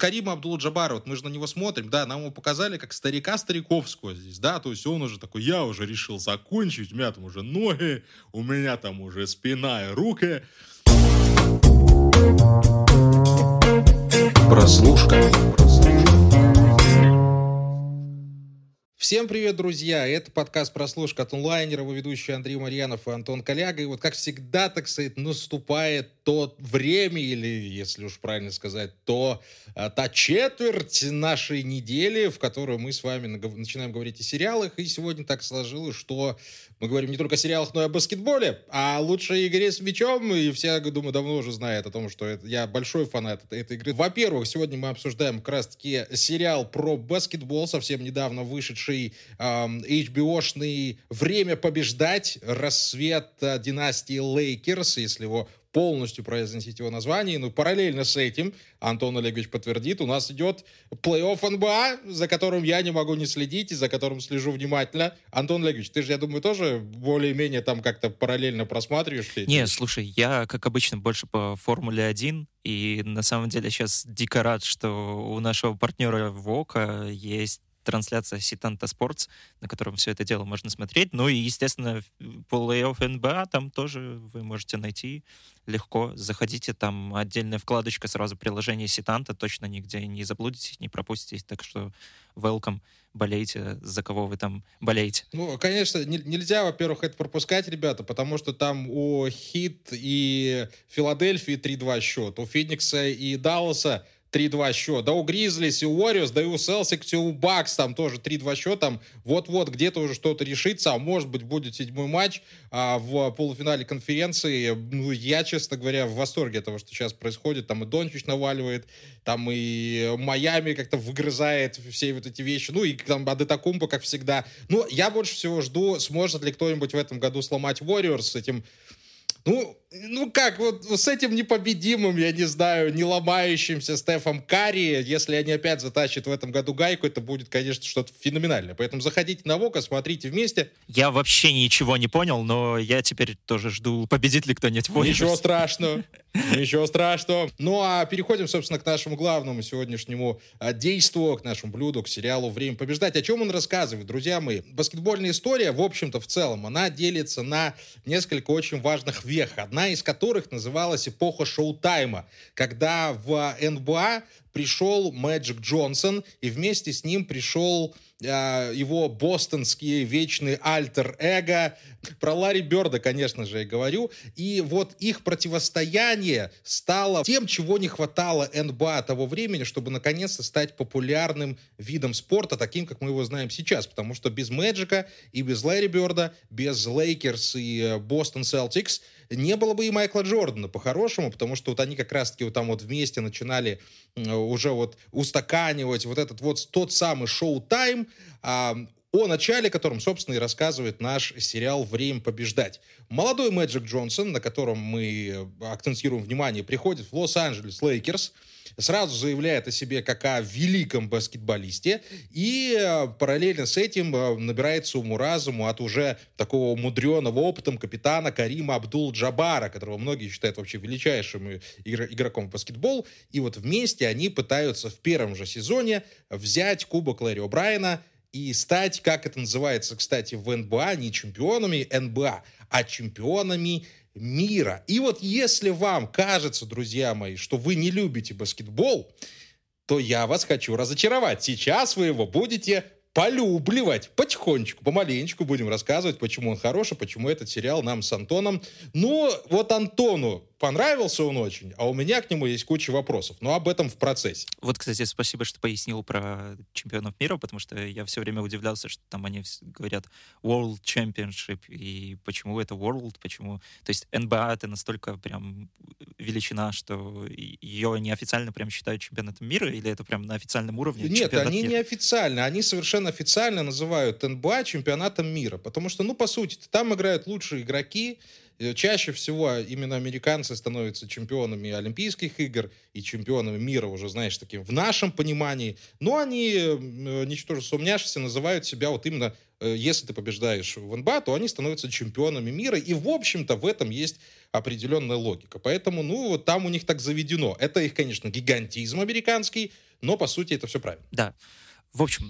Карима Абдул-Джаббара, вот мы же на него смотрим, да, нам его показали как старика Стариковского здесь, да, то есть он уже такой, я уже решил закончить, у меня там уже ноги, у меня там уже спина и руки. Прослушка. Всем привет, друзья! Это подкаст «Прослушка» от онлайнера, его ведущие Андрей Марьянов и Антон Коляга. И вот как всегда, так сказать, наступает то время, или, если уж правильно сказать, та четверть нашей недели, в которой мы с вами начинаем говорить о сериалах. И сегодня так сложилось, что мы говорим не только о сериалах, но и о баскетболе, о лучшей игре с мячом. И все, думаю, давно уже знают о том, что я большой фанат этой игры. Во-первых, сегодня мы обсуждаем как раз-таки сериал про баскетбол, совсем недавно вышедший HBO-шный «Время побеждать», рассвет династии Лейкерс, если его полностью произносить его название. Ну, параллельно с этим, Антон Олегович подтвердит, у нас идет плей-офф НБА, за которым я не могу не следить и за которым слежу внимательно. Антон Олегович, ты же, я думаю, тоже более-менее там как-то параллельно просматриваешь все эти Не, вещи? слушай, я, как обычно, больше по Формуле-1, и на самом деле сейчас дико рад, что у нашего партнера ВОКа есть трансляция Ситанта Спортс, на котором все это дело можно смотреть. Ну и, естественно, плей-офф НБА там тоже вы можете найти легко. Заходите, там отдельная вкладочка, сразу приложение Ситанта, точно нигде не заблудитесь, не пропустите. Так что welcome, болейте, за кого вы там болеете. Ну, конечно, нельзя, во-первых, это пропускать, ребята, потому что там у Хит и Филадельфии 3-2 счет, у Феникса и Далласа 3-2 счет. Да у Гризлис и у Уорриорс, да и у Селтикс, и у Бакс там тоже 3-2 счет. Там вот-вот где-то уже что-то решится, а может быть будет 7-й матч в полуфинале конференции. Ну, я, честно говоря, в восторге от того, что сейчас происходит. Там и Дончич наваливает, там и Майами как-то выгрызает все вот эти вещи. Ну и там Адетокумпо, как всегда. Ну, я больше всего жду, сможет ли кто-нибудь в этом году сломать Уорриорс с этим. Ну как, вот с этим непобедимым, я не знаю, не ломающимся Стефом Карри, если они опять затащат в этом году гайку, это будет, конечно, что-то феноменальное. Поэтому заходите на ВОКа, смотрите вместе. Я вообще ничего не понял, но я теперь тоже жду, победит ли кто-нибудь в Уорриорс. Ничего страшного. Ничего страшного. Ну, а переходим, собственно, к нашему главному сегодняшнему действию, к нашему блюду, к сериалу «Время побеждать». О чем он рассказывает, друзья мои? Баскетбольная история, в общем-то, в целом, она делится на несколько очень важных вех, одна из которых называлась эпоха шоу-тайма, когда в НБА пришел Мэджик Джонсон, и вместе с ним пришел его бостонский вечный альтер-эго. Про Ларри Бёрда, конечно же, я говорю. И вот их противостояние стало тем, чего не хватало НБА того времени, чтобы наконец-то стать популярным видом спорта, таким, как мы его знаем сейчас. Потому что без Мэджика и без Ларри Бёрда, без Лейкерс и Бостон Селтикс не было бы и Майкла Джордана, по-хорошему, потому что вот они как раз-таки вот там вот вместе начинали уже вот устаканивать вот этот вот тот самый шоу-тайм, о начале котором, собственно, и рассказывает наш сериал «Время побеждать». Молодой Мэджик Джонсон, на котором мы акцентируем внимание, приходит в Лос-Анджелес Лейкерс, сразу заявляет о себе как о великом баскетболисте и параллельно с этим набирается уму-разуму от уже такого умудренного опытом капитана Карима Абдул-Джаббара, которого многие считают вообще величайшим игроком в баскетбол. И вот вместе они пытаются в первом же сезоне взять кубок Ларри О'Брайена и стать, как это называется, кстати, в НБА, не чемпионами НБА, а чемпионами мира. И вот если вам кажется, друзья мои, что вы не любите баскетбол, то я вас хочу разочаровать. Сейчас вы его будете полюбливать потихонечку, помаленечку будем рассказывать, почему он хороший, почему этот сериал нам с Антоном. Ну, вот Антону понравился он очень, а у меня к нему есть куча вопросов. Но об этом в процессе. Вот, кстати, спасибо, что пояснил про чемпионов мира, потому что я все время удивлялся, что там они говорят World Championship, и почему это World, почему... То есть НБА — это настолько прям величина, что ее неофициально прям считают чемпионатом мира, или это прям на официальном уровне? Нет, они неофициально, они совершенно официально называют НБА чемпионатом мира, потому что, ну, по сути, там играют лучшие игроки. Чаще всего именно американцы становятся чемпионами Олимпийских игр и чемпионами мира уже, знаешь, таким в нашем понимании. Но они, ничтоже сумняшися, называют себя вот именно, если ты побеждаешь в НБА, то они становятся чемпионами мира. И, в общем-то, в этом есть определенная логика. Поэтому, ну, вот там у них так заведено. Это их, конечно, гигантизм американский, но, по сути, это все правильно. Да. В общем,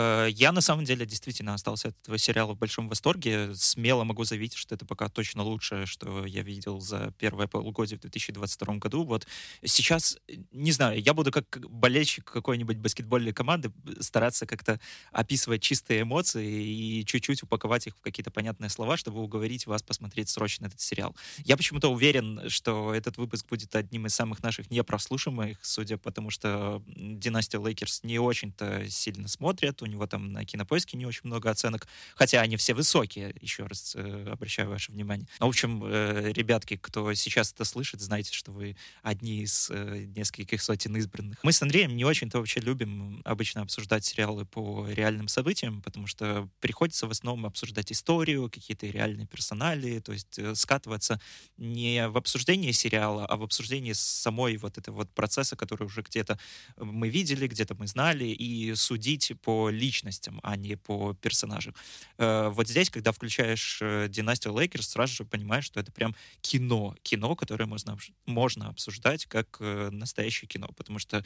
я на самом деле действительно остался от этого сериала в большом восторге. Смело могу заявить, что это пока точно лучшее, что я видел за первое полугодие в 2022 году. Вот сейчас, не знаю, я буду как болельщик какой-нибудь баскетбольной команды стараться как-то описывать чистые эмоции и чуть-чуть упаковать их в какие-то понятные слова, чтобы уговорить вас посмотреть срочно этот сериал. Я почему-то уверен, что этот выпуск будет одним из самых наших непрослушиваемых, судя по тому, что «Династию Лейкерс» не очень-то сильно смотрят, у него там на Кинопоиске не очень много оценок, хотя они все высокие, еще раз обращаю ваше внимание. В общем, ребятки, кто сейчас это слышит, знайте, что вы одни из нескольких сотен избранных. Мы с Андреем не очень-то вообще любим обычно обсуждать сериалы по реальным событиям, потому что приходится в основном обсуждать историю, какие-то реальные персонали, то есть скатываться не в обсуждении сериала, а в обсуждении самой вот этого вот процесса, который уже где-то мы видели, где-то мы знали, и судить по личностям, а не по персонажам. Вот здесь, когда включаешь «Династию Лейкерс», сразу же понимаешь, что это прям кино, которое можно обсуждать как настоящее кино, потому что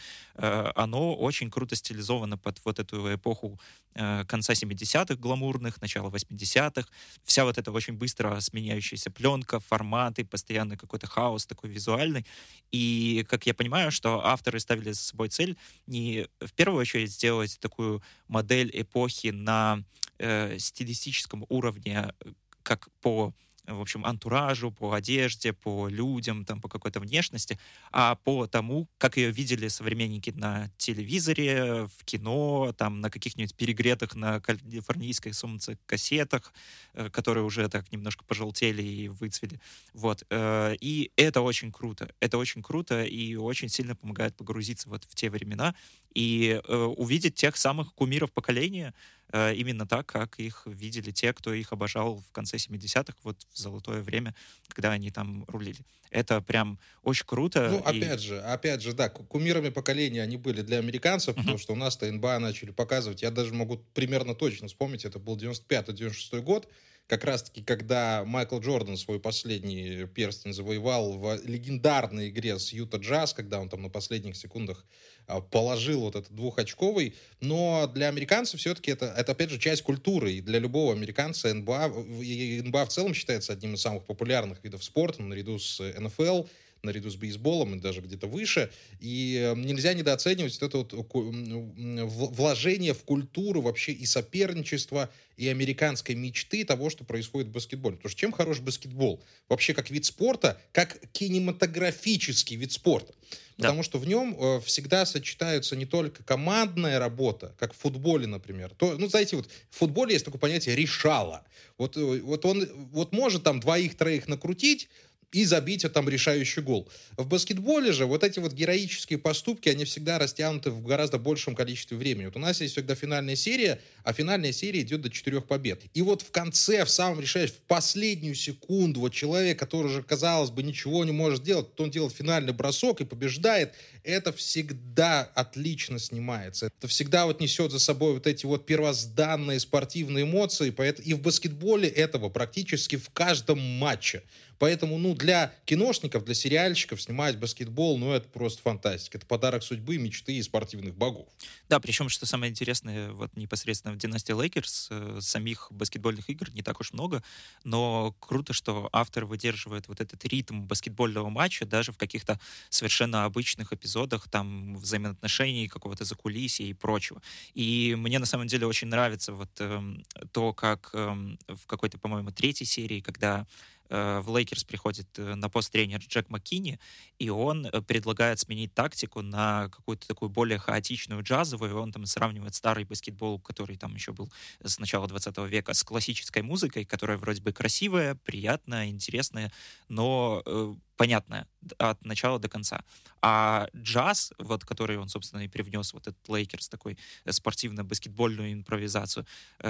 оно очень круто стилизовано под вот эту эпоху конца 70-х гламурных, начала 80-х. Вся вот эта очень быстро сменяющаяся пленка, форматы, постоянный какой-то хаос такой визуальный. И, как я понимаю, что авторы ставили за собой цель не в первую очередь сделать такую модель эпохи на стилистическом уровне, как по, в общем, антуражу, по одежде, по людям, там, по какой-то внешности, а по тому, как ее видели современники на телевизоре, в кино, там, на каких-нибудь перегретых на калифорнийской солнце кассетах, которые уже так немножко пожелтели и выцвели. Вот. И это очень круто. Это очень круто и очень сильно помогает погрузиться вот в те времена и увидеть тех самых кумиров поколения, именно так, как их видели те, кто их обожал в конце 70-х, вот в золотое время, когда они там рулили. Это прям очень круто. Ну, опять же, да, кумирами поколения они были для американцев, потому что у нас-то НБА начали показывать, я даже могу примерно точно вспомнить, это был 95-96 год, как раз-таки, когда Майкл Джордан свой последний перстень завоевал в легендарной игре с Юта Джаз, когда он там на последних секундах положил вот этот двухочковый. Но для американцев все-таки это опять же, часть культуры. И для любого американца НБА в целом считается одним из самых популярных видов спорта, наряду с НФЛ, наряду с бейсболом и даже где-то выше. И нельзя недооценивать вот это вот вложение в культуру вообще и соперничество, и американской мечты того, что происходит в баскетболе. Потому что чем хорош баскетбол? Вообще как вид спорта, как кинематографический вид спорта. Да. Потому что в нем всегда сочетаются не только командная работа, как в футболе, например. Ну, знаете, вот в футболе есть такое понятие решала. Вот он может там двоих-троих накрутить, и забить там решающий гол. В баскетболе же вот эти вот героические поступки, они всегда растянуты в гораздо большем количестве времени. Вот у нас есть всегда финальная серия, а финальная серия идет до 4 побед. И вот в конце, в самом решающем, в последнюю секунду, вот человек, который уже, казалось бы, ничего не может делать, он делает финальный бросок и побеждает, это всегда отлично снимается. Это всегда вот несет за собой вот эти вот первозданные спортивные эмоции. И в баскетболе этого практически в каждом матче. Поэтому, для киношников, для сериальщиков снимать баскетбол, это просто фантастика. Это подарок судьбы, мечты и спортивных богов. Да, причем, что самое интересное, вот непосредственно в «Династии Лейкерс» самих баскетбольных игр не так уж много, но круто, что автор выдерживает вот этот ритм баскетбольного матча даже в каких-то совершенно обычных эпизодах, там, взаимоотношений, какого-то закулисья и прочего. И мне, на самом деле, очень нравится вот то, как в какой-то, по-моему, третьей серии, когда в Лейкерс приходит на пост тренер Джек Маккини, и он предлагает сменить тактику на какую-то такую более хаотичную джазовую. Он там сравнивает старый баскетбол, который там еще был с начала 20 века, с классической музыкой, которая вроде бы красивая, приятная, интересная, но понятная от начала до конца. А джаз, вот который он, собственно, и привнес, вот этот Лейкерс, такой спортивно-баскетбольную импровизацию,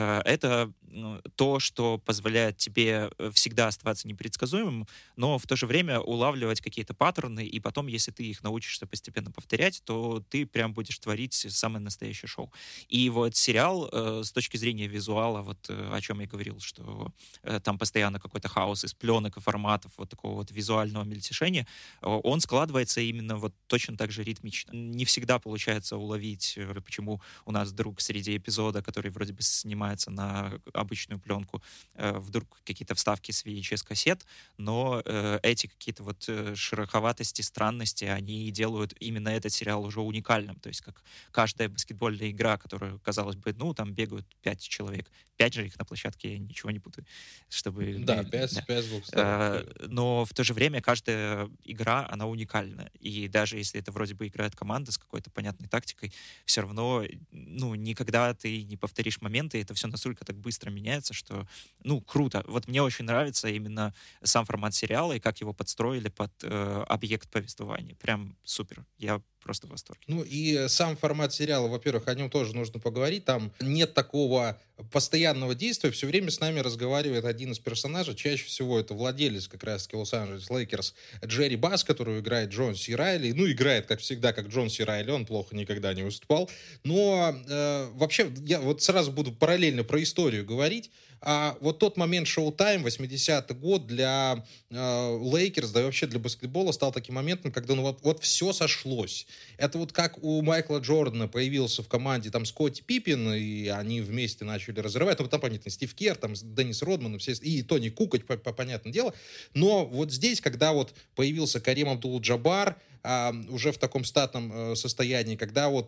это то, что позволяет тебе всегда оставаться непредсказуемым, но в то же время улавливать какие-то паттерны, и потом, если ты их научишься постепенно повторять, то ты прям будешь творить самое настоящее шоу. И вот сериал с точки зрения визуала, вот о чем я говорил, что там постоянно какой-то хаос из пленок и форматов, вот такого вот визуального мельтешение, он складывается именно вот точно так же ритмично. Не всегда получается уловить, почему у нас вдруг среди эпизода, который вроде бы снимается на обычную пленку, вдруг какие-то вставки с VHS-кассет, но эти какие-то вот шероховатости, странности, они делают именно этот сериал уже уникальным. То есть как каждая баскетбольная игра, которая, казалось бы, ну, там бегают 5 человек, 5 же их на площадке, я ничего не путаю, чтобы... Да, 5 с двух сторон. Но в то же время каждая игра, она уникальна. И даже если это вроде бы играет команда с какой-то понятной тактикой, все равно, ну, никогда ты не повторишь моменты, это все настолько так быстро меняется, что, ну, круто. Вот мне очень нравится именно сам формат сериала и как его подстроили под объект повествования. Прям супер. Я просто в восторге. Ну и сам формат сериала, во-первых, о нем тоже нужно поговорить. Там нет такого постоянного действия. Все время с нами разговаривает один из персонажей. Чаще всего это владелец как раз-таки Лос-Анджелес Лейкерс Джерри Басс, которого играет Джон Си Райли. Ну, играет, как всегда, как Джон Си Райли. Он плохо никогда не выступал. Но вообще, я вот сразу буду параллельно про историю говорить. А вот тот момент Showtime, 80-й год для Лейкерс, да и вообще для баскетбола стал таким моментом, когда ну, вот все сошлось. Это вот как у Майкла Джордана появился в команде там Скотти Пиппин, и они вместе начали разрывать. Ну, там, понятно, Стив Кер, там Деннис Родман, и Тони Кукач, понятное дело. Но вот здесь, когда вот появился Карим Абдул-Джаббар, уже в таком статном состоянии, когда вот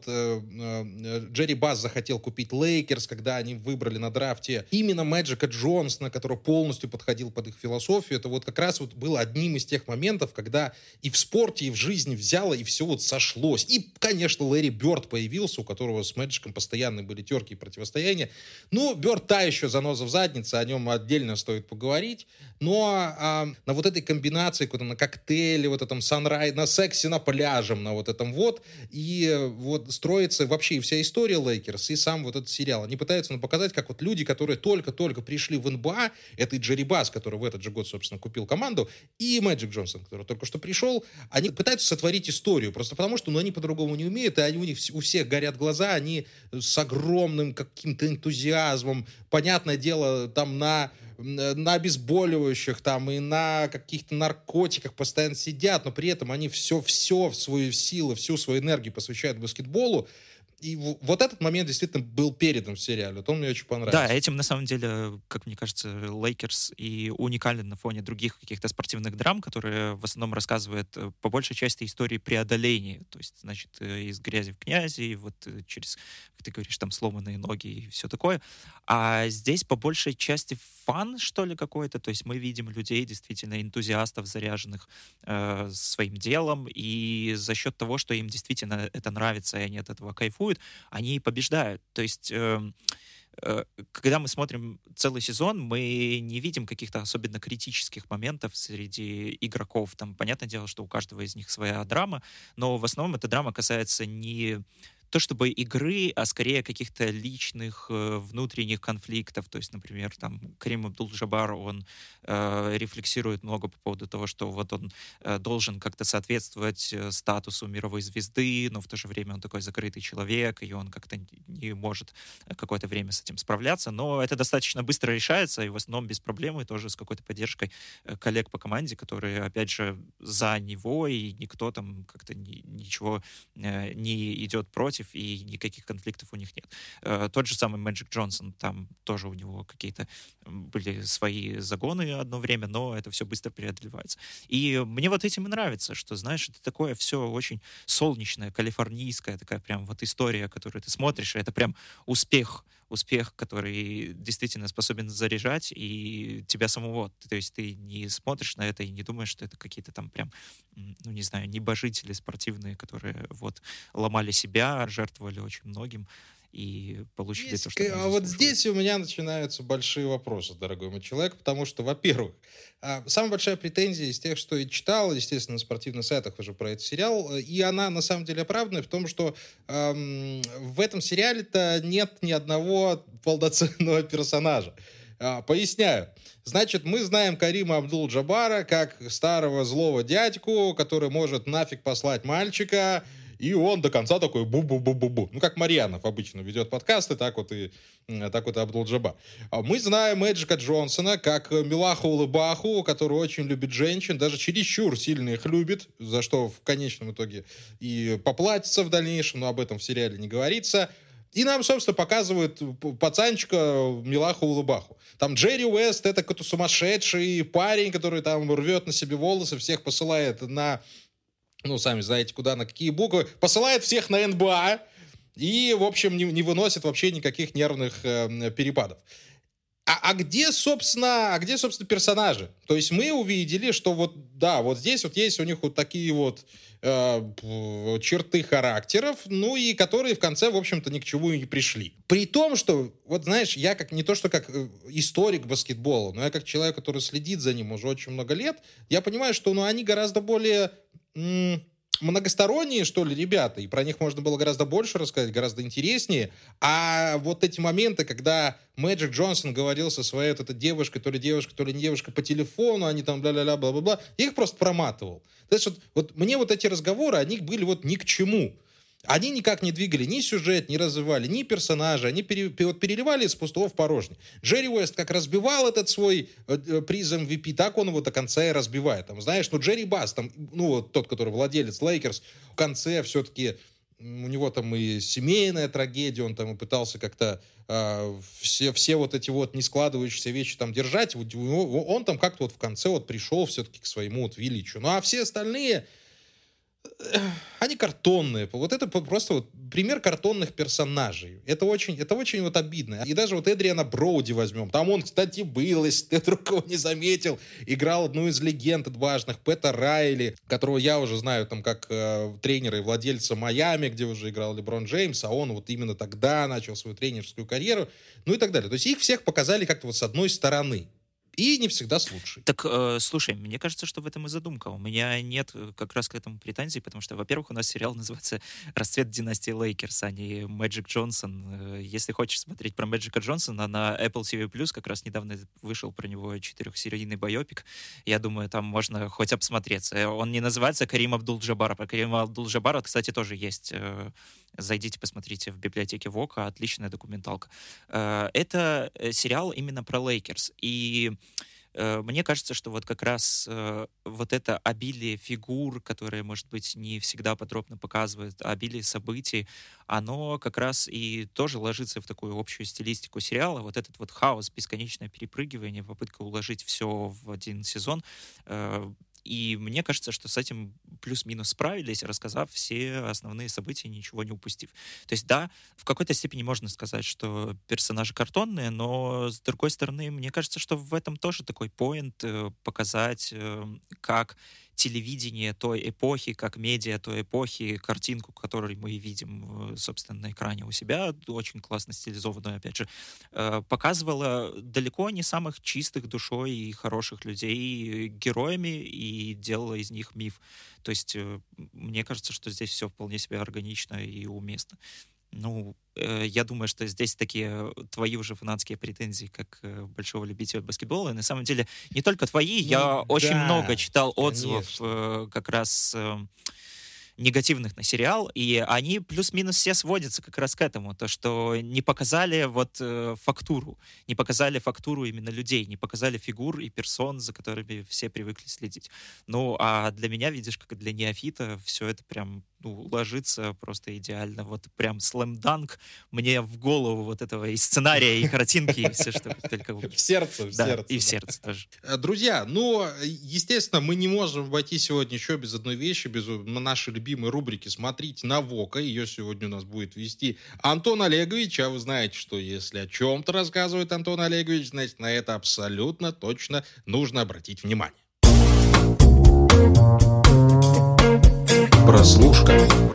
Джерри Басс захотел купить Лейкерс, когда они выбрали на драфте именно Мэджика Джонсона, который полностью подходил под их философию, это вот как раз вот было одним из тех моментов, когда и в спорте, и в жизни взяло, и все вот сошлось. И, конечно, Лэри Бёрд появился, у которого с Мэджиком постоянно были терки и противостояния. Ну, Бёрд та еще заноза в заднице, о нем отдельно стоит поговорить. Но на вот этой комбинации, на коктейле, вот этом санрайз, на сексе на пляжем, на вот этом вот, и вот строится вообще и вся история Лейкерс, и сам вот этот сериал. Они пытаются показать, как вот люди, которые только-только пришли в НБА, это и Джерри Басс, который в этот же год, собственно, купил команду, и Мэджик Джонсон, который только что пришел, они пытаются сотворить историю, просто потому что, ну, они по-другому не умеют, и они, у них у всех горят глаза, они с огромным каким-то энтузиазмом, понятное дело, там на обезболивающих там и на каких-то наркотиках постоянно сидят, но при этом они все в свою силу, всю свою энергию посвящают баскетболу. И вот этот момент действительно был передан в сериале. Вот он мне очень понравился. Да, этим, на самом деле, как мне кажется, Лейкерс и уникален на фоне других каких-то спортивных драм, которые в основном рассказывают по большей части истории преодоления. То есть, значит, из грязи в князи, и вот через, как ты говоришь, там сломанные ноги и все такое. А здесь по большей части фан, что ли, какой-то. То есть мы видим людей, действительно, энтузиастов, заряженных своим делом, и за счет того, что им действительно это нравится, и они от этого кайфуют, они побеждают. То есть когда мы смотрим целый сезон, мы не видим каких-то особенно критических моментов среди игроков. Там, понятное дело, что у каждого из них своя драма, но в основном эта драма касается не то чтобы игры, а скорее каких-то личных внутренних конфликтов. То есть, например, там Карим Абдул-Джаббар, он рефлексирует много по поводу того, что вот он должен как-то соответствовать статусу мировой звезды, но в то же время он такой закрытый человек, и он как-то не может какое-то время с этим справляться. Но это достаточно быстро решается, и в основном без проблем, и тоже с какой-то поддержкой коллег по команде, которые, опять же, за него, и никто там как-то ничего не идет против, и никаких конфликтов у них нет. Тот же самый Мэджик Джонсон, там тоже у него какие-то были свои загоны одно время, но это все быстро преодолевается. И мне вот этим и нравится, что, знаешь, это такое все очень солнечное, калифорнийское, такая прям вот история, которую ты смотришь, и это прям успех, который действительно способен заряжать и тебя самого. То есть ты не смотришь на это и не думаешь, что это какие-то там прям, ну, не знаю, небожители спортивные, которые вот ломали себя, жертвовали очень многим и получили то, что они А вот здесь у меня начинаются большие вопросы, дорогой мой человек, потому что, во-первых, самая большая претензия из тех, что я читал, естественно, на спортивных сайтах уже про этот сериал, и она на самом деле оправданная в том, что в этом сериале-то нет ни одного полноценного персонажа. Поясняю. Значит, мы знаем Карима Абдул-Джаббара как старого злого дядьку, который может нафиг послать мальчика и он до конца такой бу-бу-бу-бу-бу. Ну, как Марьянов обычно ведет подкасты, так вот и Абдул-Джабар. Мы знаем Мэджика Джонсона как милаху-улыбаху, который очень любит женщин, даже чересчур сильно их любит, за что в конечном итоге и поплатится в дальнейшем, но об этом в сериале не говорится. И нам, собственно, показывают пацанчика милаху-улыбаху. Там Джерри Уэст — это какой-то сумасшедший парень, который там рвет на себе волосы, всех посылает на, ну, сами знаете куда, на какие буквы, посылает всех на НБА и, в общем, не выносит вообще никаких нервных перепадов. А где, собственно, персонажи? То есть мы увидели, что вот здесь вот есть у них вот такие вот черты характеров, ну и которые в конце, в общем-то, ни к чему и не пришли. При том, что, вот знаешь, я не то что как историк баскетбола, но я как человек, который следит за ним уже очень много лет, я понимаю, что они гораздо более многосторонние, что ли, ребята, и про них можно было гораздо больше рассказать, гораздо интереснее. А вот эти моменты, когда Мэджик Джонсон говорил со своей вот этой девушкой, то ли не девушка, по телефону, они там бла-бла-бла, бла-бла-бла, я их просто проматывал. То есть вот мне вот эти разговоры, они были вот ни к чему. Они никак не двигали ни сюжет, не развивали, ни персонажа. Они переливали из пустого в порожнее. Джерри Уэст как разбивал этот свой приз MVP, так он его до конца и разбивает. Там, знаешь, Джерри Басс, там, вот тот, который владелец Лейкерс, в конце все-таки у него там и семейная трагедия, он там и пытался как-то все вот эти вот не складывающиеся вещи там держать. Он там как-то вот в конце вот пришел все-таки к своему вот величию. Ну а все остальные... Они картонные. Вот это просто вот пример картонных персонажей. Это очень вот обидно. И даже вот Эдриана Броуди возьмем. Там он, кстати, был, если ты вдруг его не заметил, играл одну из легенд важных, Пэта Райли, которого я уже знаю там как тренера и владельца Майами, где уже играл Леброн Джеймс, а он вот именно тогда начал свою тренерскую карьеру, ну и так далее. То есть их всех показали как-то вот с одной стороны. И не всегда с лучшей. Так, слушай, мне кажется, что в этом и задумка. У меня нет как раз к этому претензий, потому что, во-первых, у нас сериал называется «Расцвет династии Лейкерс», а не «Мэджик Джонсон». Если хочешь смотреть про Мэджика Джонсона, на Apple TV+, как раз недавно вышел про него 4-серийный байопик. Я думаю, там можно хоть обсмотреться. Он не называется «Карим Абдул-Джабар». Про Карима Абдул-Джабара, кстати, тоже есть. Зайдите, посмотрите в библиотеке Вока. Отличная документалка. Это сериал именно про Лейкерс. И мне кажется, что вот как раз вот это обилие фигур, которые, может быть, не всегда подробно показывают, обилие событий, оно как раз и тоже ложится в такую общую стилистику сериала. Вот этот вот хаос, бесконечное перепрыгивание, попытка уложить все в один сезон. И мне кажется, что с этим плюс-минус справились, рассказав все основные события, ничего не упустив. То есть, да, в какой-то степени можно сказать, что персонажи картонные, но, с другой стороны, мне кажется, что в этом тоже такой поинт показать, как телевидение той эпохи, как медиа той эпохи, картинку, которую мы видим, собственно, на экране у себя, очень классно стилизованную, опять же, показывала далеко не самых чистых душой и хороших людей героями и делала из них миф. То есть мне кажется, что здесь все вполне себе органично и уместно. Ну, я думаю, что здесь такие твои уже фанатские претензии, как большого любителя баскетбола. И на самом деле не только твои, я очень много читал отзывов как раз негативных на сериал, и они плюс-минус все сводятся как раз к этому, то, что не показали вот фактуру, не показали фактуру именно людей, не показали фигур и персон, за которыми все привыкли следить. Ну, а для меня, видишь, как и для неофита, все это прям ложится просто идеально. Вот прям слэм-данк мне в голову вот этого и сценария, и картинки, и все, что только... В сердце, и в сердце тоже. Друзья, естественно, мы не можем обойти сегодня еще без одной вещи, без нашей любимой рубрики «Смотрите на Вока». Ее сегодня у нас будет вести Антон Олегович. А вы знаете, что если о чем-то рассказывает Антон Олегович, значит, на это абсолютно точно нужно обратить внимание. Прослушка.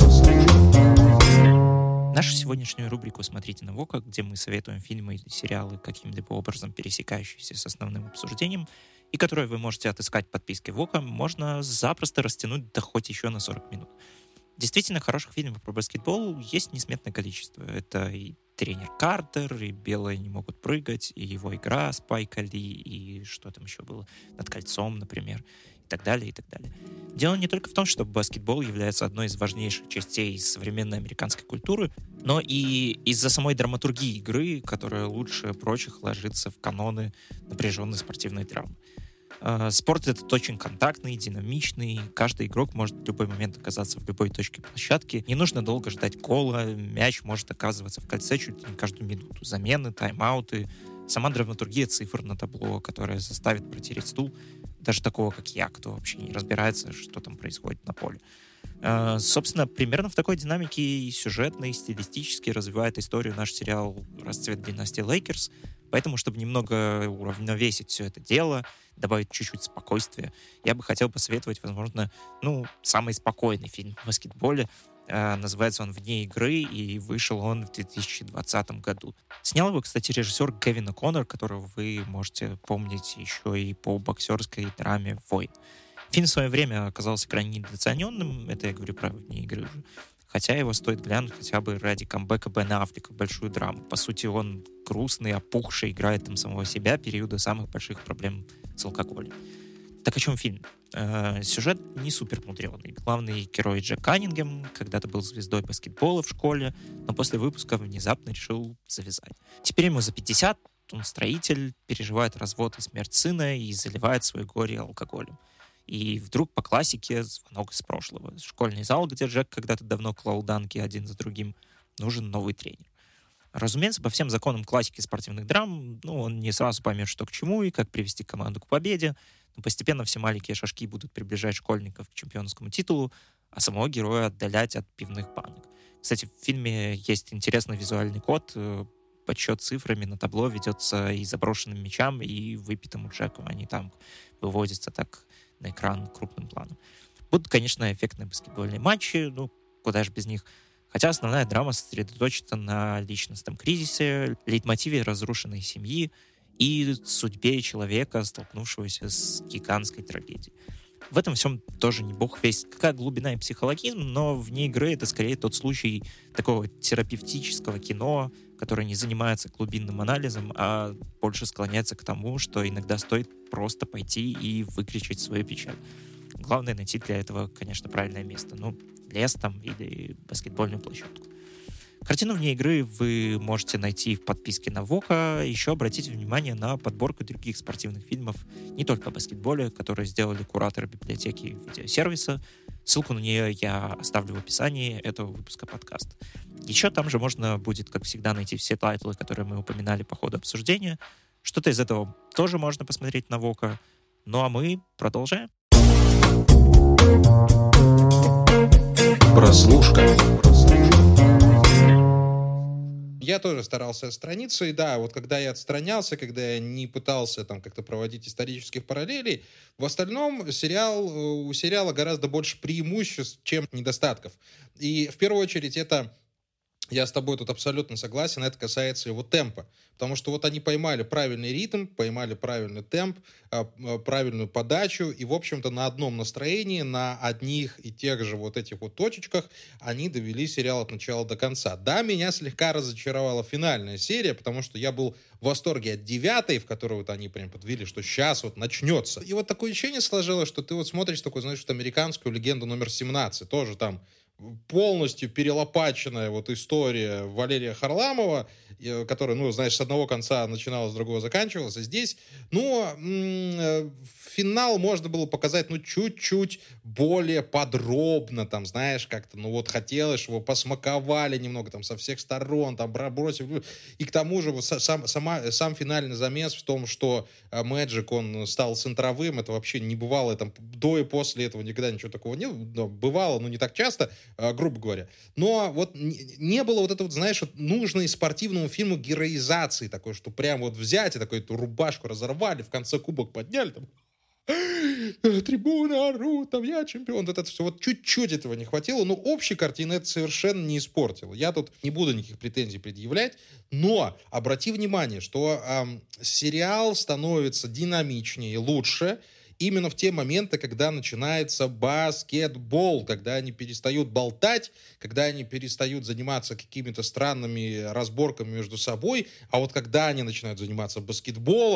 Нашу сегодняшнюю рубрику «Смотрите на Вока», где мы советуем фильмы или сериалы, каким-либо образом пересекающиеся с основным обсуждением, и которые вы можете отыскать в подписке Вока, можно запросто растянуть да хоть еще на 40 минут. Действительно, хороших фильмов про баскетбол есть несметное количество. Это и «Тренер Картер», и «Белые не могут прыгать», и его игра Спайка Ли, и что там еще было, «Над кольцом», например, и так далее, и так далее. Дело не только в том, что баскетбол является одной из важнейших частей современной американской культуры, но и из-за самой драматургии игры, которая лучше прочих ложится в каноны напряженной спортивной драмы. Спорт этот очень контактный, динамичный. Каждый игрок может в любой момент оказаться в любой точке площадки. Не нужно долго ждать гола. Мяч может оказываться в кольце чуть ли не каждую минуту. Замены, тайм-ауты. Сама драматургия цифр на табло, которая заставит протереть стул даже такого, как я, кто вообще не разбирается, что там происходит на поле. Собственно, примерно в такой динамике и сюжетно, и стилистически развивает историю наш сериал «Расцвет династии Лейкерс». Поэтому, чтобы немного уравновесить все это дело, добавить чуть-чуть спокойствия, я бы хотел посоветовать, возможно, самый спокойный фильм в баскетболе. Называется он «Вне игры», и вышел он в 2020 году. Снял его, кстати, режиссер Кевин О'Коннор, которого вы можете помнить еще и по боксерской драме «Войн». Фильм в свое время оказался крайне недооцененным, это я говорю про «Вне игры» уже. Хотя его стоит глянуть хотя бы ради камбэка Бена Аффлека в большую драму. По сути, он грустный, опухший, играет там самого себя периода самых больших проблем с алкоголем. Так о чем фильм? Сюжет не супер мудрёный. Главный герой Джек Каннингем когда-то был звездой баскетбола в школе, но после выпуска внезапно решил завязать. Теперь ему за 50, он строитель, переживает развод и смерть сына и заливает свое горе алкоголем. И вдруг по классике звонок из прошлого. Школьный зал, где Джек когда-то давно клал данки один за другим, нужен новый тренер. Разумеется, по всем законам классики спортивных драм, он не сразу поймет, что к чему и как привести команду к победе, но постепенно все маленькие шажки будут приближать школьников к чемпионскому титулу, а самого героя отдалять от пивных банок. Кстати, в фильме есть интересный визуальный код. Подсчет цифрами на табло ведется и заброшенным мячам, и выпитому Джеку. Они там выводятся так на экран крупным планом. Будут, конечно, эффектные баскетбольные матчи, куда же без них. Хотя основная драма сосредоточится на личностном кризисе, лейтмотиве разрушенной семьи и судьбе человека, столкнувшегося с гигантской трагедией. В этом всем тоже не бог весть какая глубина и психологизм, но вне игры это скорее тот случай такого терапевтического кино, которое не занимается глубинным анализом, а больше склоняется к тому, что иногда стоит просто пойти и выкричать свою печаль. Главное найти для этого, конечно, правильное место. Лес там или баскетбольную площадку. Картину «Вне игры» вы можете найти в подписке на Вока. Еще обратите внимание на подборку других спортивных фильмов, не только о баскетболе, которые сделали кураторы библиотеки видеосервиса. Ссылку на нее я оставлю в описании этого выпуска подкаста. Еще там же можно будет, как всегда, найти все тайтлы, которые мы упоминали по ходу обсуждения. Что-то из этого тоже можно посмотреть на Вока. А мы продолжаем. Прослушка. Я тоже старался отстраниться, и да, вот когда я отстранялся, когда я не пытался там как-то проводить исторических параллелей, в остальном у сериала гораздо больше преимуществ, чем недостатков. И в первую очередь я с тобой тут абсолютно согласен, это касается его темпа. Потому что вот они поймали правильный ритм, поймали правильный темп, правильную подачу, и, в общем-то, на одном настроении, на одних и тех же вот этих вот точечках они довели сериал от начала до конца. Да, меня слегка разочаровала финальная серия, потому что я был в восторге от 9-й, в которую вот они прям подвели, что сейчас вот начнется. И вот такое ощущение сложилось, что ты вот смотришь такую, знаешь, вот американскую легенду номер 17, тоже там полностью перелопаченная вот история Валерия Харламова, которая, знаешь, с одного конца начиналась, с другого заканчивалась. И здесь, финал можно было показать, чуть-чуть более подробно, там, знаешь, как-то, хотелось, его посмаковали немного, там, со всех сторон, там, бросив. И к тому же вот сам финальный замес в том, что Мэджик, он стал центровым, это вообще не бывало, там, до и после этого никогда ничего такого не бывало, не так часто, грубо говоря. Но вот не было вот этого, знаешь, вот нужной спортивному фильму героизации такой, что прям вот взять и эту рубашку разорвали, в конце кубок подняли, там, трибуны орут, там, я чемпион, вот это все, вот чуть-чуть этого не хватило, но общей картины это совершенно не испортило. Я тут не буду никаких претензий предъявлять, но обрати внимание, что сериал становится динамичнее, лучше, именно в те моменты, когда начинается баскетбол, когда они перестают болтать, когда они перестают заниматься какими-то странными разборками между собой, а вот когда они начинают заниматься баскетболом,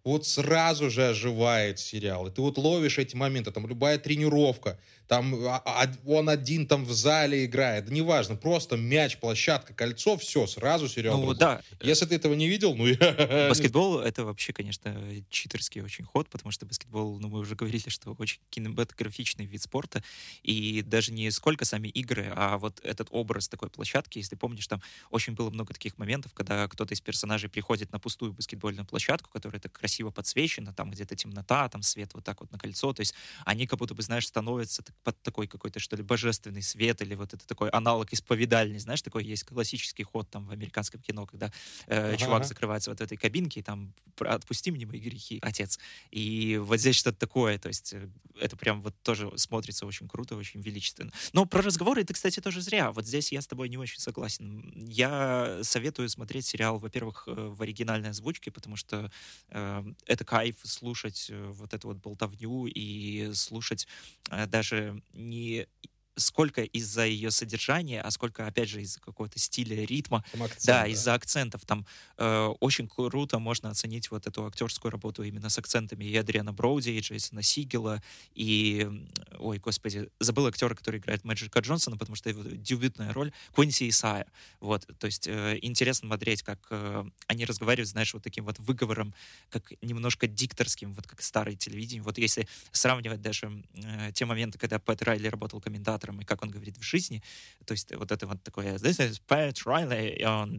вот сразу же оживает сериал. И ты вот ловишь эти моменты, там любая тренировка, там он один там в зале играет, да неважно, просто мяч, площадка, кольцо, все, сразу сериал Ну другой. да, Если ты этого не видел, ну я... баскетбол — это вообще, конечно, читерский очень ход, потому что баскетбол, ну, мы уже говорили, что очень кинематографичный вид спорта, и даже не сколько сами игры, а вот этот образ такой площадки, если помнишь, там очень было много таких моментов, когда кто-то из персонажей приходит на пустую баскетбольную площадку, которая так красиво подсвечена, там где-то темнота, там свет вот так вот на кольцо, то есть они как будто бы, знаешь, становятся под такой какой-то, что ли, божественный свет, или вот это такой аналог исповедальни, знаешь, такой есть классический ход там в американском кино, когда Ага, чувак ага. закрывается вот в этой кабинке, и там «Отпусти мне мои грехи, отец». И вот здесь что-то такое, то есть это прям вот тоже смотрится очень круто, очень величественно. Но про разговоры это, кстати, тоже зря. Вот здесь я с тобой не очень согласен. Я советую смотреть сериал, во-первых, в оригинальной озвучке, потому что это кайф слушать вот эту вот болтовню и слушать даже не сколько из-за ее содержания, а сколько, опять же, из-за какого-то стиля, ритма, Там да, акцент, да. из-за акцентов. Там очень круто можно оценить вот эту актерскую работу именно с акцентами и Адриана Броуди, и Джейсона Сигела, и, ой, господи, забыл актера, который играет Мэджика Джонсона, потому что его дебютная роль Квинси Исайя. Вот, то есть интересно смотреть, как они разговаривают, знаешь, вот таким вот выговором, как немножко дикторским, вот как старое телевидение. Вот если сравнивать даже те моменты, когда Пэт Райли работал комментатором, и как он говорит в жизни, то есть вот это вот такое «This is Pat Riley on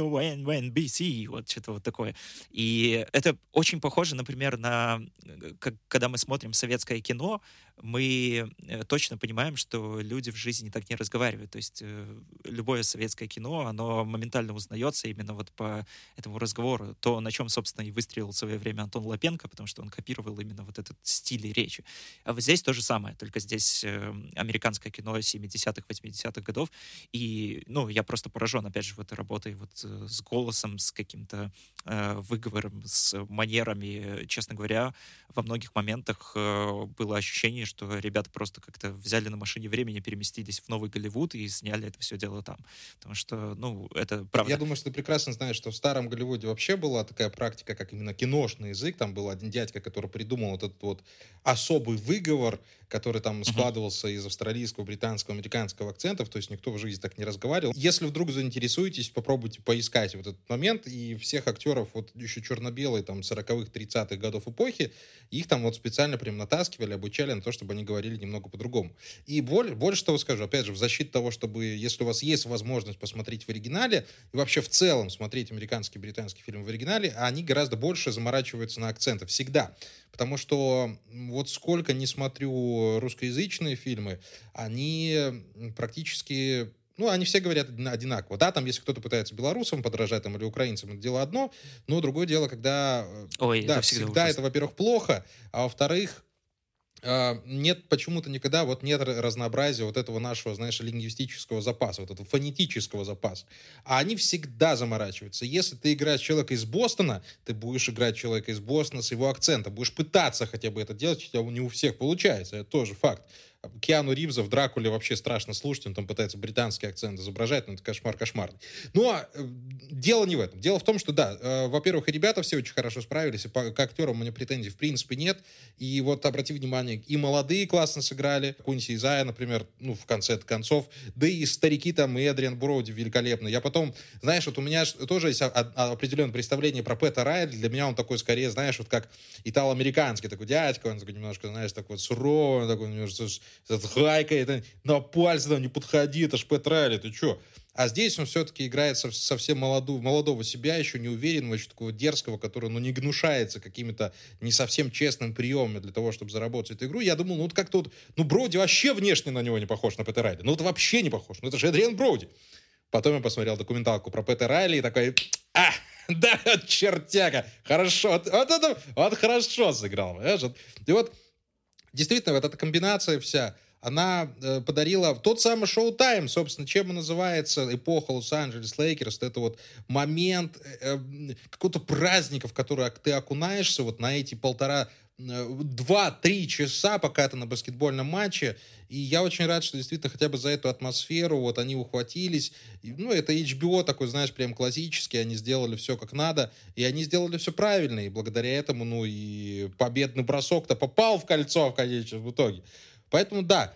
WNBC», вот что-то вот такое. И это очень похоже, например, на когда мы смотрим советское кино, мы точно понимаем, что люди в жизни так не разговаривают. То есть любое советское кино, оно моментально узнается именно вот по этому разговору. То, на чем, собственно, и выстрелил в свое время Антон Лапенко, потому что он копировал именно вот этот стиль речи. А вот здесь то же самое, только здесь американское кино 70-х, 80-х годов. И, ну, я просто поражен, опять же, вот этой работой вот с голосом, с каким-то выговором, с манерами. Честно говоря, во многих моментах было ощущение, что ребята просто как-то взяли на машине времени, переместились в Новый Голливуд и сняли это все дело там. Потому что, ну, это Я правда. думаю, что ты прекрасно знаешь, что в старом Голливуде вообще была такая практика, как именно киношный язык. Там был один дядька, который придумал вот этот вот особый выговор, который там Мгм. складывался из австралийского, британского, американского акцентов. То есть никто в жизни так не разговаривал. Если вдруг заинтересуетесь, попробуйте поискать вот этот момент. И всех актеров, вот еще черно-белые, там, 40-х, 30-х годов эпохи, их там вот специально прям натаскивали, обучали на то, чтобы они говорили немного по-другому. И больше того скажу, опять же, в защиту того, чтобы, если у вас есть возможность посмотреть в оригинале, и вообще в целом смотреть американские и британские фильмы в оригинале, они гораздо больше заморачиваются на акценты. Всегда. Потому что вот сколько не смотрю русскоязычные фильмы, они практически... Ну, они все говорят одинаково. Да, там, если кто-то пытается белорусам подражать там, или украинцам, это дело одно. Но другое дело, когда... Ой, это Да, всегда всегда это, ужасно. во-первых, плохо, а во-вторых, нет почему-то никогда вот нет разнообразия вот этого нашего, знаешь, лингвистического запаса, вот этого фонетического запаса. А они всегда заморачиваются. Если ты играешь человека из Бостона, ты будешь играть человека из Бостона с его акцентом, будешь пытаться хотя бы это делать, хотя не у всех получается, это тоже факт. Киану Ривза в «Дракуле» вообще страшно слушать, он там пытается британский акцент изображать, но это кошмар кошмарный. Но дело не в этом. Дело в том, что, да, во-первых, и ребята все очень хорошо справились, и к актерам у меня претензий в принципе нет. И вот обрати внимание, и молодые классно сыграли, Кунси Изая, например, ну, в конце концов, да и старики там, и Эдриан Броуди великолепно. Я потом, знаешь, вот у меня тоже есть определенное представление про Пэта Райли. Для меня он такой, скорее, знаешь, вот как итало-американский такой дядька, он такой немножко, знаешь, такой вот суровый, такой немножко с хайкой, это, на пальцы там не подходи, это ж Пэт Райли, ты чё? А здесь он все-таки играет совсем молодого себя, еще неуверенного, еще такого дерзкого, который, ну, не гнушается какими-то не совсем честными приемами для того, чтобы заработать эту игру. Я думал, ну, вот как-то вот, ну, Броуди вообще внешне на него не похож, на Пэта Райли. Ну, вот вообще не похож. Ну, это же Эдриан Броуди. Потом я посмотрел документалку про Пэта Райли и такой, да, чертяка, хорошо, вот хорошо сыграл, понимаешь? И вот действительно, вот эта комбинация вся, она подарила тот самый шоу-тайм, собственно, чем и называется эпоха Лос-Анджелес Лейкерс. Это вот момент какого-то праздника, в который ты окунаешься вот на эти 2-3 часа, пока ты на баскетбольном матче, и я очень рад, что действительно хотя бы за эту атмосферу вот они ухватились. Ну, это HBO такой, знаешь, прям классический, они сделали все как надо, и они сделали все правильно, и благодаря этому, ну, и победный бросок-то попал в кольцо в конечном итоге. Поэтому, да,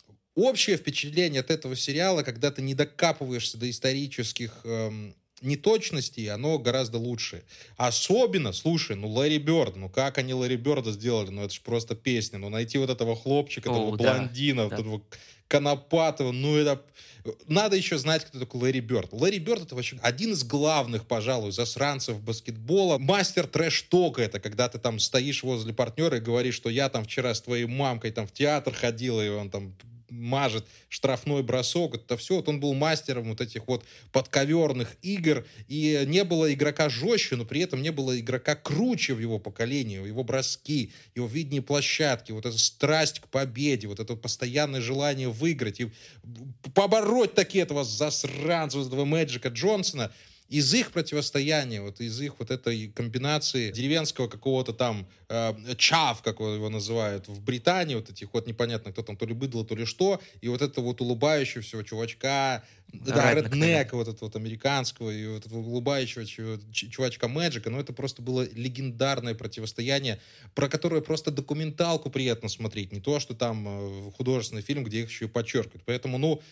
общее впечатление от этого сериала, когда ты не докапываешься до исторических неточностей, оно гораздо лучше. Особенно, слушай, Ларри Бёрд, как они Ларри Бёрда сделали, это же просто песня. Найти вот этого хлопчика, этого блондина, вот этого конопатого, это... Надо еще знать, кто такой Ларри Бёрд. Ларри Бёрд — это вообще один из главных, пожалуй, засранцев баскетбола. Мастер трэш-тока — это когда ты там стоишь возле партнера и говоришь, что я там вчера с твоей мамкой там в театр ходила, и он там мажет штрафной бросок, это все. Вот он был мастером вот этих вот подковерных игр, и не было игрока жестче, но при этом не было игрока круче в его поколении, его броски, его видение площадки, вот эта страсть к победе, вот это постоянное желание выиграть и побороть таки этого засранца, этого Мэджика Джонсона. Из их противостояния, вот из их вот этой комбинации деревенского какого-то там чав, как его называют в Британии, вот этих вот непонятно, кто там, то ли быдло, то ли что, и вот этого вот улыбающегося чувачка, реднека вот этого вот американского, и вот этого улыбающего чувачка Мэджика, это просто было легендарное противостояние, про которое просто документалку приятно смотреть, не то, что там художественный фильм, где их еще и подчеркивают. Поэтому,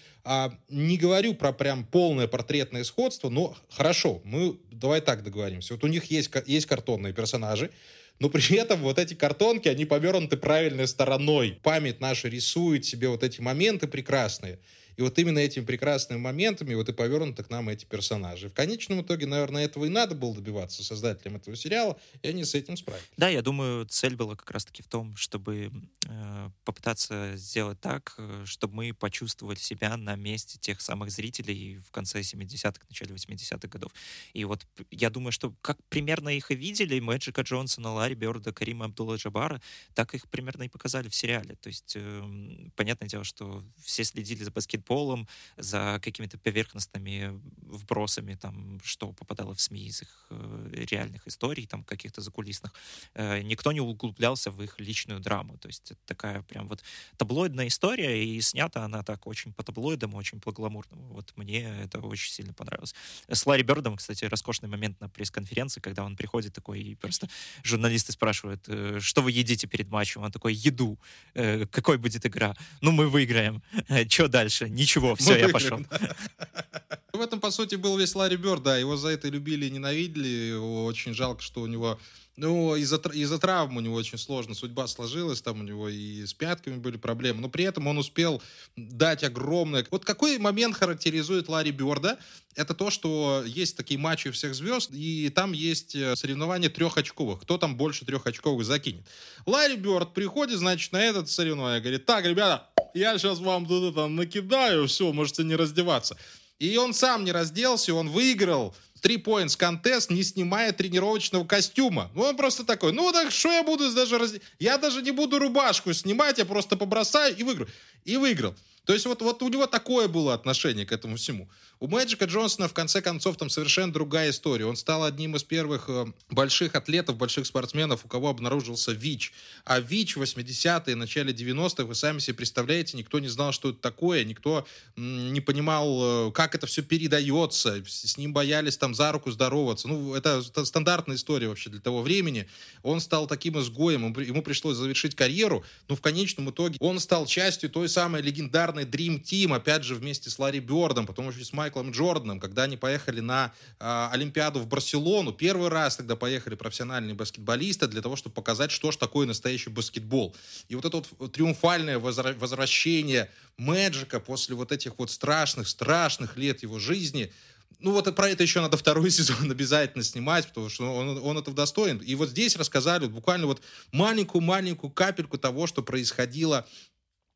не говорю про прям полное портретное сходство, но хорошо, давай так договоримся. Вот у них есть картонные персонажи, но при этом вот эти картонки, они повернуты правильной стороной. Память наша рисует себе вот эти моменты прекрасные. И вот именно этими прекрасными моментами вот и повернуты к нам эти персонажи. В конечном итоге, наверное, этого и надо было добиваться создателям этого сериала, и они с этим справились. Да, я думаю, цель была как раз-таки в том, чтобы попытаться сделать так, чтобы мы почувствовали себя на месте тех самых зрителей в конце 70-х, начале 80-х годов. И вот я думаю, что как примерно их и видели Мэджика Джонсона, Ларри Бёрда, Карима Абдул-Джаббара, так их примерно и показали в сериале. То есть, понятное дело, что все следили за баскетболом, за какими-то поверхностными вбросами, там, что попадало в СМИ из их реальных историй, там, каких-то закулисных. Никто не углублялся в их личную драму. То есть это такая прям вот таблоидная история, и снята она так очень по-таблоидному, очень по-гламурному. Вот мне это очень сильно понравилось. С Ларри Бёрдом, кстати, роскошный момент на пресс-конференции, когда он приходит такой, и просто журналисты спрашивают, что вы едите перед матчем? Он такой, еду. Какой будет игра? Мы выиграем. Что дальше? Ничего, все, я пошел. В этом, по сути, был весь Ларри Бёрд, да, его за это любили и ненавидели, его очень жалко, что у него, из-за травм у него очень сложно судьба сложилась, там у него и с пятками были проблемы, но при этом он успел дать огромное... Вот какой момент характеризует Ларри Бёрда? Это то, что есть такие матчи у всех звезд, и там есть соревнования трехочковых. Кто там больше трехочковых закинет? Ларри Бёрд приходит, значит, на это соревнование, говорит, так, ребята, я сейчас вам тут накидаю, все, можете не раздеваться. И он сам не разделся, он выиграл 3 points contest, не снимая тренировочного костюма. Он просто такой, так что я буду даже Я даже не буду рубашку снимать, я просто побросаю и выиграю. И выиграл. То есть вот у него такое было отношение к этому всему. У Мэджика Джонсона, в конце концов, там совершенно другая история. Он стал одним из первых больших атлетов, больших спортсменов, у кого обнаружился ВИЧ. А ВИЧ в 80-е, начале 90-х, вы сами себе представляете, никто не знал, что это такое, никто не понимал, как это все передается, с ним боялись там за руку здороваться. Это стандартная история вообще для того времени. Он стал таким изгоем, ему пришлось завершить карьеру, но в конечном итоге он стал частью той самой легендарной Dream Team, опять же, вместе с Ларри Бёрдом, потом еще с Майклом Джорданом, когда они поехали на Олимпиаду в Барселону. Первый раз тогда поехали профессиональные баскетболисты для того, чтобы показать, что же такое настоящий баскетбол. И вот это вот триумфальное возвращение Мэджика после вот этих вот страшных лет его жизни. Про это еще надо второй сезон обязательно снимать, потому что он этого достоин. И вот здесь рассказали буквально вот маленькую капельку того, что происходило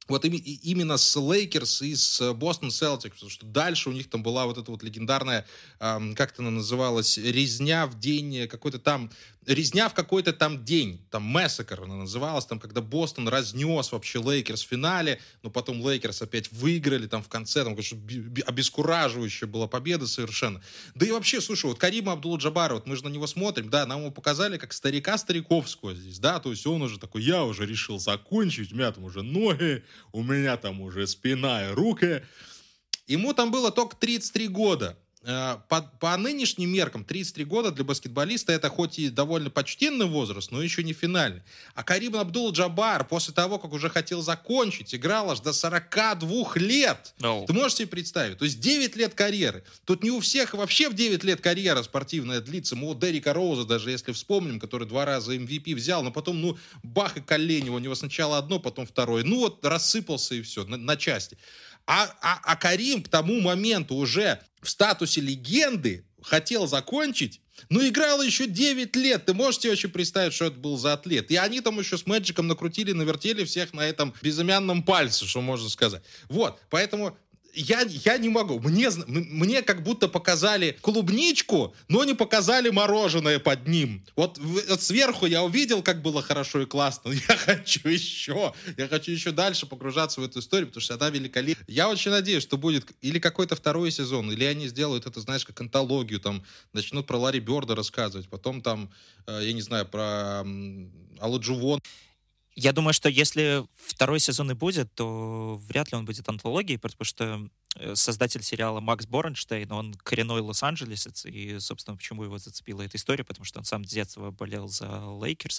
вот именно с Лейкерс и с Бостон Селтикс, потому что дальше у них там была вот эта вот легендарная, как-то она называлась, резня в день какой-то там, резня в какой-то там день, там Massacre она называлась, там, когда Бостон разнес вообще Лейкерс в финале, но потом Лейкерс опять выиграли там в конце, там, конечно, обескураживающая была победа совершенно. Да и вообще, слушай, вот Карима Абдул-Джаббара, вот мы же на него смотрим, да, нам его показали как старика Стариковского здесь, да, то есть он уже такой, я уже решил закончить, у меня там уже ноги, у меня там уже спина и руки. Ему там было только 33 года. По нынешним меркам 33 года для баскетболиста это хоть и довольно почтенный возраст, но еще не финальный. А Карим Абдул-Джаббар после того, как уже хотел закончить, играл аж до 42 лет. No. Ты можешь себе представить? То есть 9 лет карьеры. Тут не у всех вообще в 9 лет карьера спортивная длится. Мы вот Деррика Роуза, даже если вспомним, который 2 раза MVP взял, но потом, бах и колени. У него сначала одно, потом второе. Рассыпался и все, на части. А Карим к тому моменту уже в статусе легенды хотел закончить, но играл еще 9 лет. Ты можешь себе вообще представить, что это был за атлет? И они там еще с Мэджиком накрутили, навертели всех на этом безымянном пальце, что можно сказать. Вот, поэтому... Я не могу. Мне как будто показали клубничку, но не показали мороженое под ним. Вот сверху я увидел, как было хорошо и классно. Я хочу еще дальше погружаться в эту историю, потому что она великолепна. Я очень надеюсь, что будет или какой-то второй сезон, или они сделают это, знаешь, как антологию, там, начнут про Ларри Бёрда рассказывать, потом там, я не знаю, про Оладжувон. Я думаю, что если второй сезон и будет, то вряд ли он будет антологией, потому что создатель сериала Макс Боренштейн, он коренной лос-анджелесец, и, собственно, почему его зацепила эта история, потому что он сам с детства болел за Лейкерс.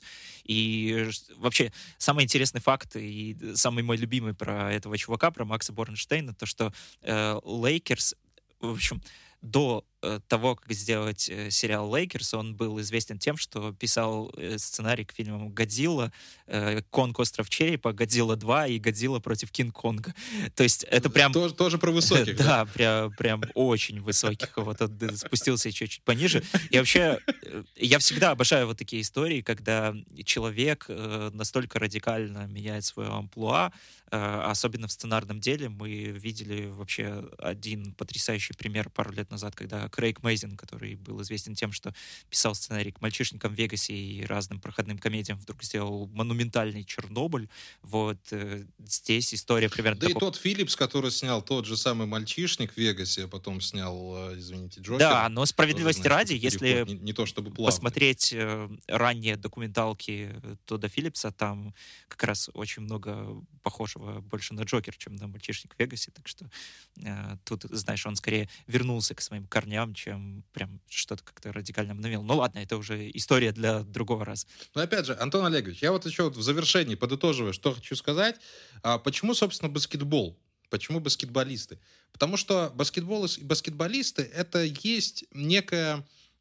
И вообще, самый интересный факт и самый мой любимый про этого чувака, про Макса Боренштейна, то, что Лейкерс, в общем, до того, как сделать сериал «Лейкерс», он был известен тем, что писал сценарий к фильмам «Годзилла», «Конг. Остров черепа», «Годзилла 2» и «Годзилла против Кинг-Конга». То есть это прям... Тоже про высоких. Да, прям очень высоких. Вот он спустился еще чуть пониже. И вообще, я всегда обожаю вот такие истории, когда человек настолько радикально меняет свое амплуа, особенно в сценарном деле. Мы видели вообще один потрясающий пример пару лет назад, когда Крейг Мейзин, который был известен тем, что писал сценарий к «Мальчишникам в Вегасе» и разным проходным комедиям, вдруг сделал монументальный «Чернобыль». Вот здесь история примерно да такого. И тот Филлипс, который снял тот же самый «Мальчишник» в Вегасе, а потом снял, извините, «Джокер». Да, но справедливости ради, если не то чтобы посмотреть ранние документалки Тодда Филлипса, там как раз очень много похожего больше на «Джокер», чем на «Мальчишник в Вегасе». Так что тут, знаешь, он скорее вернулся к своим корням, чем прям что-то как-то радикально обновил. Ну ладно, это уже история для другого раза. Но опять же, Антон Олегович, я вот еще в завершении подытоживаю, что хочу сказать. Почему, собственно, баскетбол? Почему баскетболисты? Потому что баскетбол и баскетболисты — это есть некий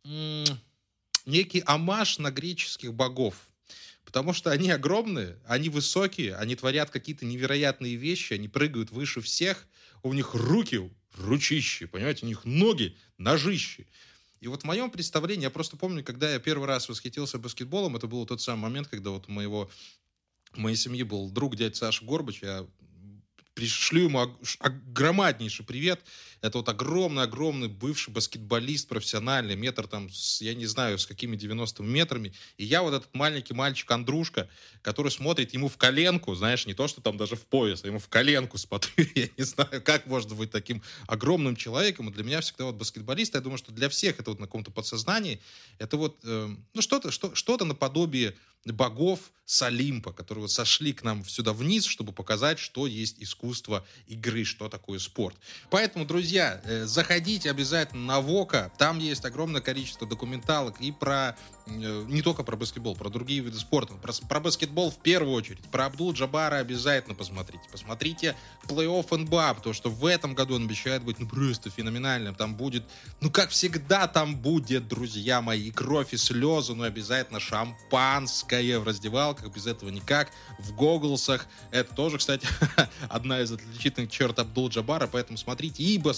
омаж на греческих богов. Потому что они огромные, они высокие, они творят какие-то невероятные вещи, они прыгают выше всех, у них руки ручищи, понимаете, у них ноги ножищи. И вот в моем представлении, я просто помню, когда я первый раз восхитился баскетболом, это был тот самый момент, когда вот в моей семье был друг дядя Саша Горбач, я пришлю ему громаднейший привет. Это вот огромный бывший баскетболист профессиональный, метр там, я не знаю, с какими 90 метрами. И я вот этот маленький мальчик Андрушка, который смотрит ему в коленку, знаешь, не то, что там даже в пояс, а ему в коленку смотрю. Я не знаю, как можно быть таким огромным человеком. И для меня всегда вот баскетболист, я думаю, что для всех это вот на каком-то подсознании, это вот что-то наподобие богов с Олимпа, которые вот сошли к нам сюда вниз, чтобы показать, что есть искусство игры, что такое спорт. Поэтому, друзья, заходите обязательно на Вока, там есть огромное количество документалок и про, не только про баскетбол, про другие виды спорта, про баскетбол в первую очередь, про Абдул-Джаббара обязательно посмотрите. Посмотрите плей-офф НБА, потому что в этом году он обещает быть просто феноменальным. Там будет, как всегда там будет, друзья мои, и кровь, и слезы, но обязательно шампанское в раздевалках, без этого никак, в гоглсах. Это тоже, кстати, одна из отличительных черт Абдул-Джаббара, поэтому смотрите и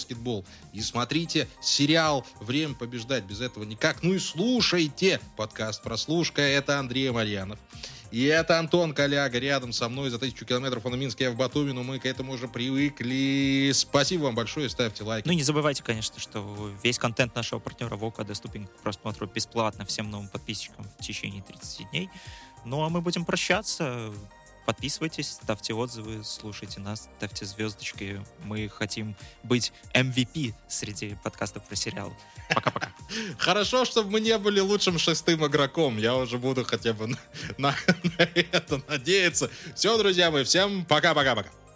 баскетбол. И смотрите сериал «Время побеждать». Без этого никак. Ну и слушайте подкаст «Прослушка». Это Андрей Марьянов. И это Антон Коляга рядом со мной. За 1000 километров он в Минске, я в Батуми, но мы к этому уже привыкли. Спасибо вам большое, ставьте лайки. Ну и не забывайте, конечно, что весь контент нашего партнера ВОКа доступен к просмотру бесплатно всем новым подписчикам в течение 30 дней. Ну а мы будем прощаться. Подписывайтесь, ставьте отзывы, слушайте нас, ставьте звездочки. Мы хотим быть MVP среди подкастов про сериалы. Пока-пока. Хорошо, чтобы мы не были лучшим 6-м игроком. Я уже буду хотя бы на это надеяться. Все, друзья мои, всем пока-пока-пока.